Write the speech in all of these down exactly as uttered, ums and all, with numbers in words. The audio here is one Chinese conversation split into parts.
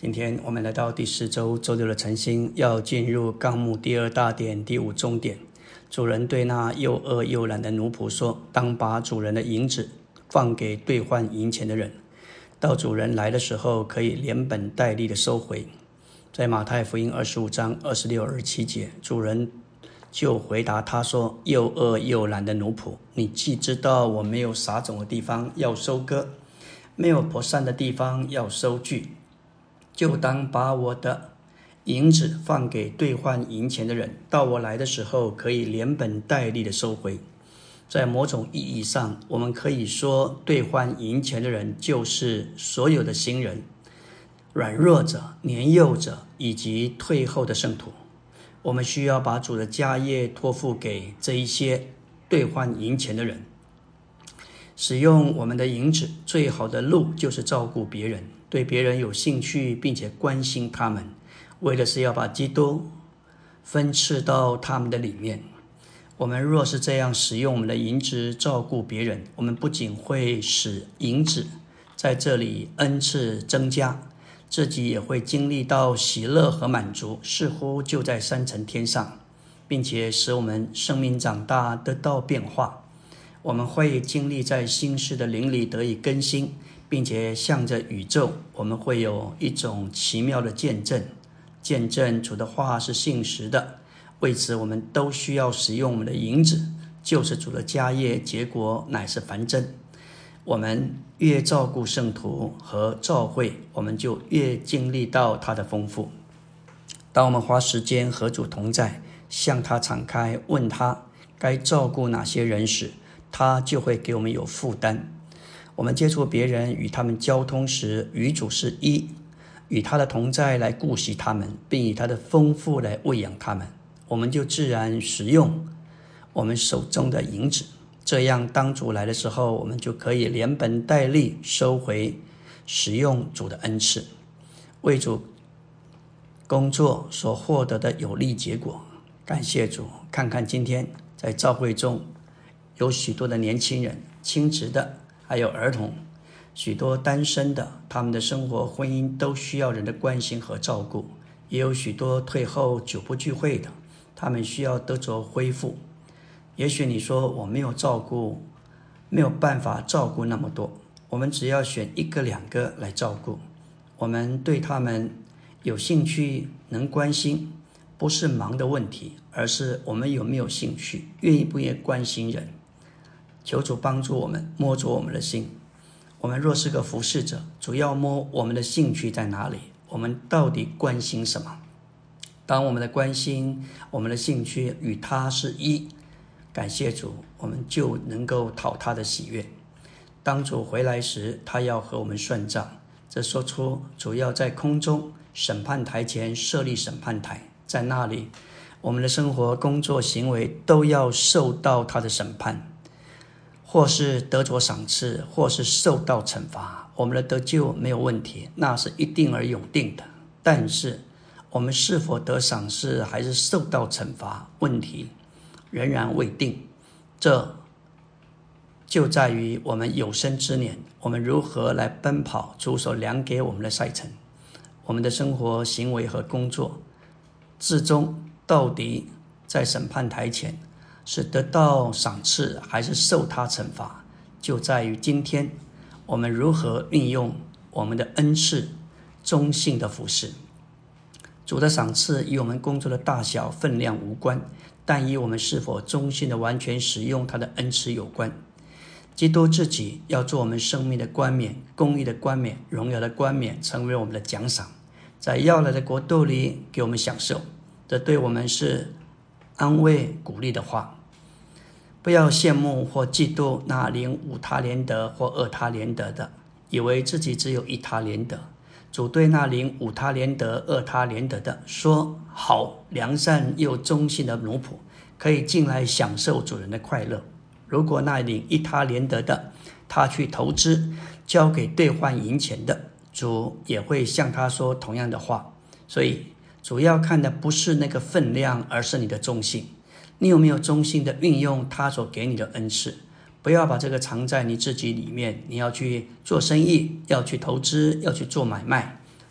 今天我们来到第四周周六的晨星，要进入纲目第二大点第五中点。主人对那又饿又懒的奴仆说：当把主人的银子放给兑换银钱的人，到主人来的时候可以连本带利的收回。在马太福音二十五章二十六、二十七节，主人就回答他说：又饿又懒的奴仆，你既知道我没有撒种的地方要收割，没有播散的地方要收据，就当把我的银子放给兑换银钱的人，到我来的时候可以连本带利的收回。在某种意义上，我们可以说兑换银钱的人就是所有的新人、软弱者、年幼者以及退后的圣徒。我们需要把主的家业托付给这一些兑换银钱的人。使用我们的银子最好的路就是照顾别人，对别人有兴趣并且关心他们，为的是要把基督分赐到他们的里面。我们若是这样使用我们的银子照顾别人，我们不仅会使银子在这里恩赐增加，自己也会经历到喜乐和满足，似乎就在三层天上，并且使我们生命长大得到变化。我们会经历在新世的灵里得以更新，并且向着宇宙，我们会有一种奇妙的见证。见证主的话是信实的，为此我们都需要使用我们的银子，就是主的家业，结果乃是繁增。我们越照顾圣徒和教会，我们就越经历到他的丰富。当我们花时间和主同在，向他敞开，问他该照顾哪些人时，他就会给我们有负担。我们接触别人，与他们交通时，与主是一，与他的同在来顾惜他们，并以他的丰富来喂养他们，我们就自然使用我们手中的银子。这样当主来的时候，我们就可以连本带利收回使用主的恩赐，为主工作所获得的有利结果。感谢主。看看今天在教会中有许多的年轻人，亲职的，还有儿童，许多单身的，他们的生活婚姻都需要人的关心和照顾，也有许多退后久不聚会的，他们需要得着恢复。也许你说我没有照顾，没有办法照顾那么多，我们只要选一个两个来照顾。我们对他们有兴趣，能关心，不是忙的问题，而是我们有没有兴趣，愿意不愿意关心人。求主帮助我们摸着我们的心。我们若是个服侍者，主要摸我们的兴趣在哪里，我们到底关心什么。当我们的关心，我们的兴趣与他是一，感谢主，我们就能够讨他的喜悦。当主回来时，他要和我们算账。这说出主要在空中审判台前设立审判台，在那里我们的生活、工作、行为都要受到他的审判，或是得着赏赐，或是受到惩罚。我们的得救没有问题，那是一定而永定的。但是我们是否得赏赐还是受到惩罚，问题仍然未定。这就在于我们有生之年，我们如何来奔跑主所量给我们的赛程。我们的生活、行为和工作至终到底在审判台前是得到赏赐还是受他惩罚，就在于今天我们如何运用我们的恩赐，忠信的服事。主的赏赐与我们工作的大小分量无关，但与我们是否忠心的完全使用他的恩赐有关。基督自己要做我们生命的冠冕，公义的冠冕，荣耀的冠冕，成为我们的奖赏，在要来的国度里给我们享受。这对我们是安慰鼓励的话。不要羡慕或嫉妒那领五他连得或二他连得的，以为自己只有一他连得。主对那领五他连得、二他连得的说：好，良善又忠信的奴仆，可以进来享受主人的快乐。如果那领一他连得的，他去投资，交给兑换银钱的，主也会向他说同样的话。所以主要看的不是那个分量，而是你的忠信。你有没有忠心的运用他所给你的恩赐？不要把这个藏在你自己里面。你要去做生意，要去投资，要去做买卖，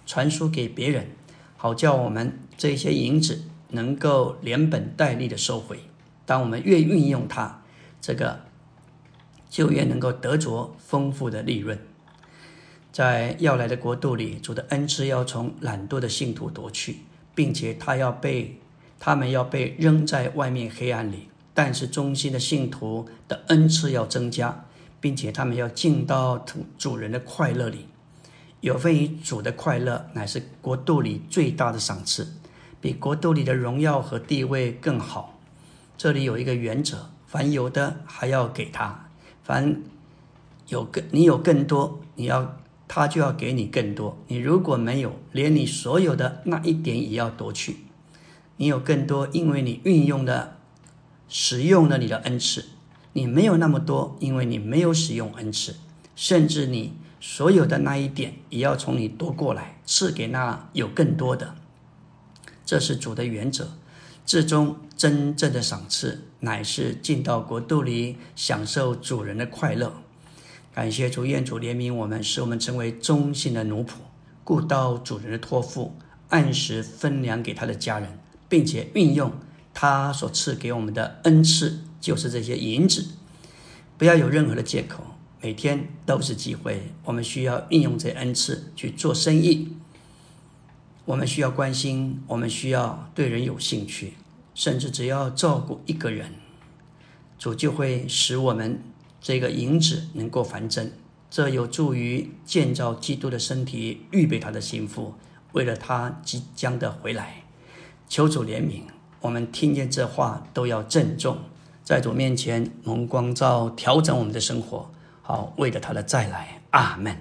传输给别人，好叫我们这些银子能够连本带利的收回。当我们越运用它，这个就越能够得着丰富的利润。在要来的国度里，主的恩赐要从懒惰的信徒夺去，并且他要被他们要被扔在外面黑暗里。但是忠心的信徒的恩赐要增加，并且他们要进到主人的快乐里。有份于主的快乐，乃是国度里最大的赏赐，比国度里的荣耀和地位更好。这里有一个原则，凡有的还要给他，凡有更你有更多，你要他就要给你更多。你如果没有，连你所有的那一点也要夺去。你有更多，因为你运用了使用了你的恩赐。你没有那么多，因为你没有使用恩赐。甚至你所有的那一点也要从你夺过来，赐给那有更多的。这是主的原则。至终真正的赏赐乃是进到国度里，享受主人的快乐。感谢主，愿主怜悯我们，使我们成为忠心的奴仆，顾到主人的托付，按时分粮给他的家人，并且运用他所赐给我们的恩赐，就是这些银子。不要有任何的借口，每天都是机会。我们需要运用这恩赐去做生意，我们需要关心，我们需要对人有兴趣，甚至只要照顾一个人，主就会使我们这个银子能够繁增。这有助于建造基督的身体，预备他的心腹，为了他即将的回来。求主怜悯，我们听见这话都要郑重，在主面前蒙光照，调整我们的生活，好为了他的再来。阿们。